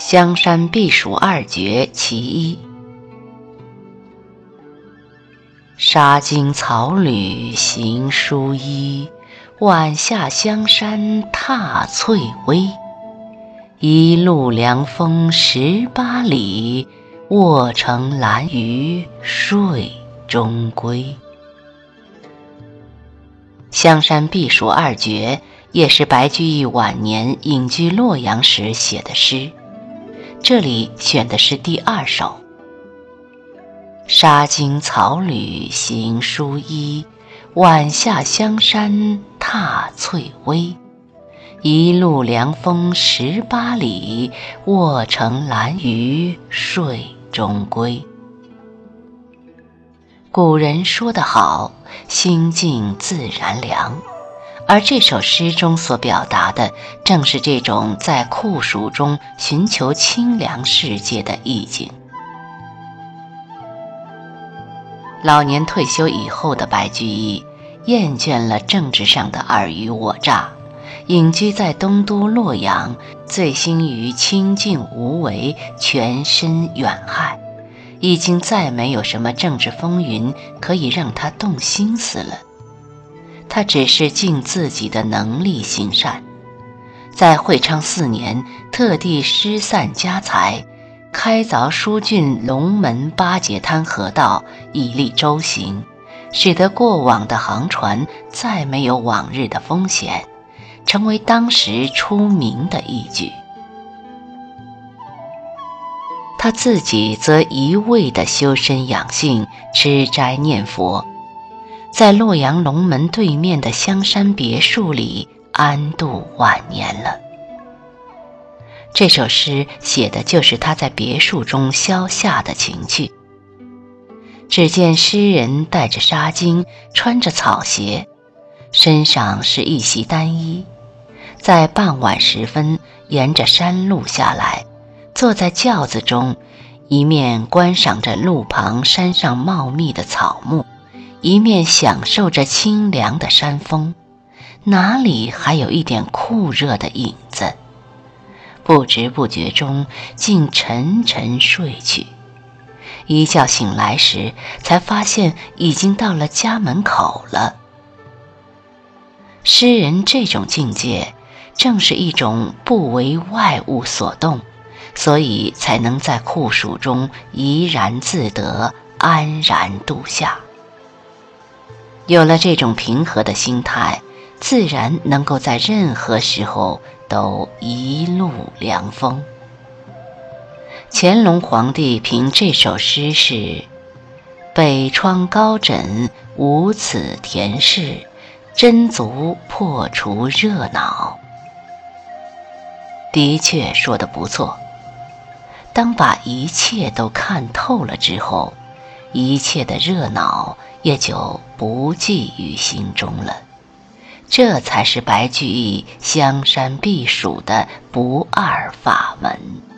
香山避暑二绝其一。沙经草履行疏衣，晚下香山踏翠微。一路凉风18里，卧乘兰屿睡中归。香山避暑二绝也是白居易晚年隐居洛阳时写的诗，这里选的是第2首。沙经草履行疏衣，晚下香山踏翠微。一路凉风18里，卧乘兰屿睡中归。古人说得好，心静自然凉，而这首诗中所表达的正是这种在酷暑中寻求清凉世界的意境。老年退休以后的白居易厌倦了政治上的尔虞我诈，隐居在东都洛阳，醉心于清静无为，全身远汉，已经再没有什么政治风云可以让他动心思了。他只是尽自己的能力行善，在会昌4年特地失散家财，开凿疏浚龙门八节滩河道，以利舟行，使得过往的航船再没有往日的风险，成为当时出名的义举。他自己则一味地修身养性，吃斋念佛，在洛阳龙门对面的香山别墅里安度晚年了。这首诗写的就是他在别墅中消夏的情趣。只见诗人带着纱巾，穿着草鞋，身上是一袭单衣，在傍晚时分沿着山路下来，坐在轿子中，一面观赏着路旁山上茂密的草木，一面享受着清凉的山风，哪里还有一点酷热的影子？不知不觉中竟沉沉睡去，一觉醒来时才发现已经到了家门口了。诗人这种境界正是一种不为外物所动，所以才能在酷暑中怡然自得，安然度夏。有了这种平和的心态，自然能够在任何时候都一路凉风。乾隆皇帝评这首诗是：北窗高枕无此恬适，真足破除热恼。的确说得不错，当把一切都看透了之后，一切的热恼也就不记于心中了。这才是白居易香山避暑的不二法门。